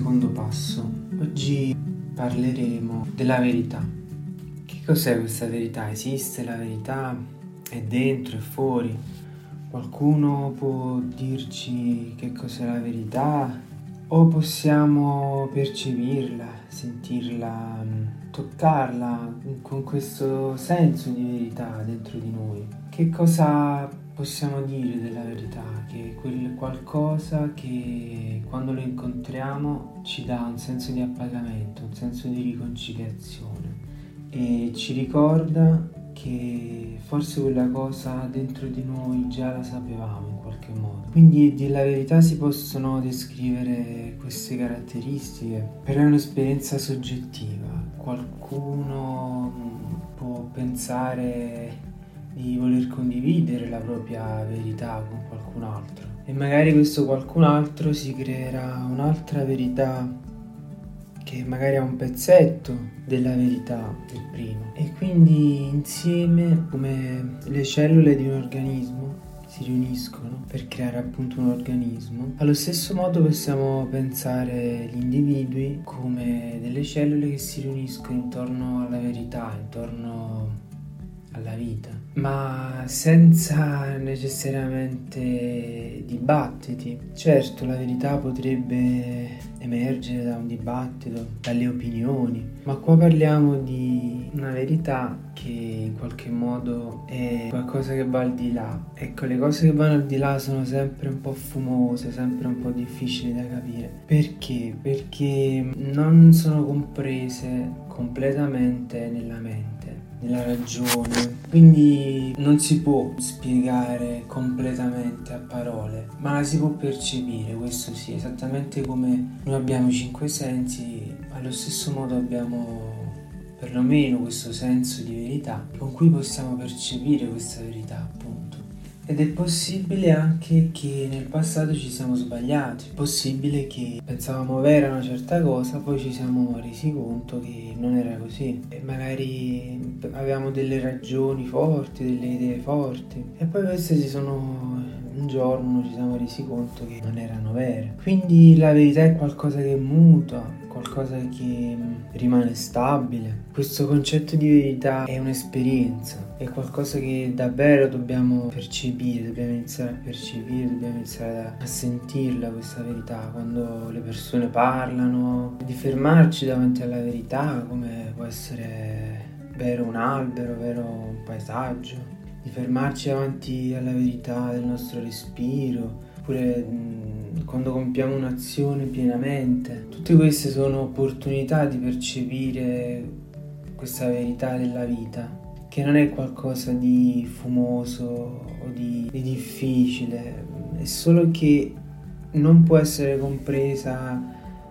secondo passo. Oggi parleremo della verità. Che cos'è questa verità? Esiste la verità? È dentro, è fuori? Qualcuno può dirci che cos'è la verità? O possiamo percepirla, sentirla, toccarla con questo senso di verità dentro di noi? Che cosa possiamo dire della verità? Che è quel qualcosa che quando lo incontriamo ci dà un senso di appagamento, un senso di riconciliazione e ci ricorda che forse quella cosa dentro di noi già la sapevamo in qualche modo. Quindi della verità si possono descrivere queste caratteristiche, però è un'esperienza soggettiva. Qualcuno può pensare di voler condividere la propria verità con qualcun altro e magari questo qualcun altro si creerà un'altra verità che magari ha un pezzetto della verità del primo, e quindi insieme, come le cellule di un organismo si riuniscono per creare appunto un organismo, allo stesso modo possiamo pensare gli individui come delle cellule che si riuniscono intorno alla verità, intorno alla vita, ma senza necessariamente dibattiti. Certo, la verità potrebbe emergere da un dibattito, dalle opinioni, ma qua parliamo di una verità che in qualche modo è qualcosa che va al di là. Ecco, le cose che vanno al di là sono sempre un po' fumose, sempre un po' difficili da capire. Perché? Perché non sono comprese completamente nella mente, nella ragione, quindi non si può spiegare completamente a parole, ma la si può percepire, questo sì, esattamente come noi abbiamo 5 sensi, allo stesso modo abbiamo perlomeno questo senso di verità con cui possiamo percepire questa verità, appunto. Ed è possibile anche che nel passato ci siamo sbagliati, è possibile che pensavamo vera una certa cosa, poi ci siamo resi conto che non era così e magari avevamo delle ragioni forti, delle idee forti e poi queste un giorno ci siamo resi conto che non erano vere. Quindi la verità è qualcosa che muta, qualcosa che rimane stabile. Questo concetto di verità è un'esperienza, è qualcosa che davvero dobbiamo percepire, dobbiamo iniziare a percepire, dobbiamo iniziare a sentirla questa verità quando le persone parlano, di fermarci davanti alla verità, come può essere vero un albero, vero un paesaggio, di fermarci davanti alla verità del nostro respiro, oppure quando compiamo un'azione pienamente. Tutte queste sono opportunità di percepire questa verità della vita, che non è qualcosa di fumoso o di difficile, è solo che non può essere compresa,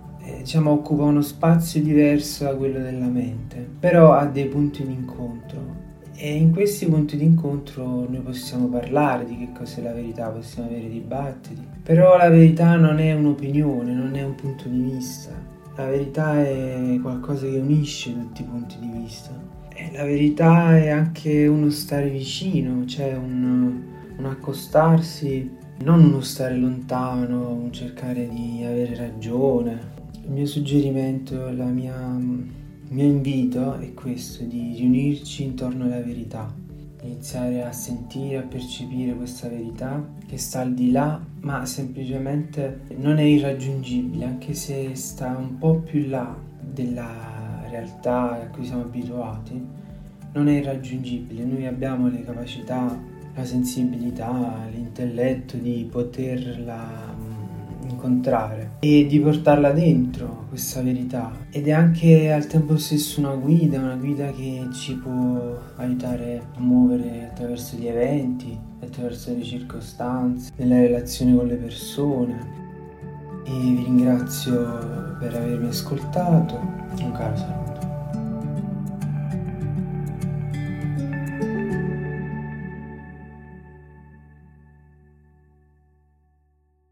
occupa uno spazio diverso da quello della mente, però ha dei punti di incontro. E in questi punti di incontro noi possiamo parlare di che cos'è la verità, possiamo avere dibattiti, però la verità non è un'opinione, non è un punto di vista, la verità è qualcosa che unisce tutti i punti di vista, e la verità è anche uno stare vicino, cioè un accostarsi, non uno stare lontano, un cercare di avere ragione. Il mio suggerimento, il mio invito è questo, di riunirci intorno alla verità, iniziare a sentire, a percepire questa verità che sta al di là, ma semplicemente non è irraggiungibile, anche se sta un po' più là della realtà a cui siamo abituati, non è irraggiungibile. Noi abbiamo le capacità, la sensibilità, l'intelletto di poterla incontrare e di portarla dentro questa verità, ed è anche al tempo stesso una guida che ci può aiutare a muovere attraverso gli eventi, attraverso le circostanze, nella relazione con le persone. E vi ringrazio per avermi ascoltato, un caro saluto.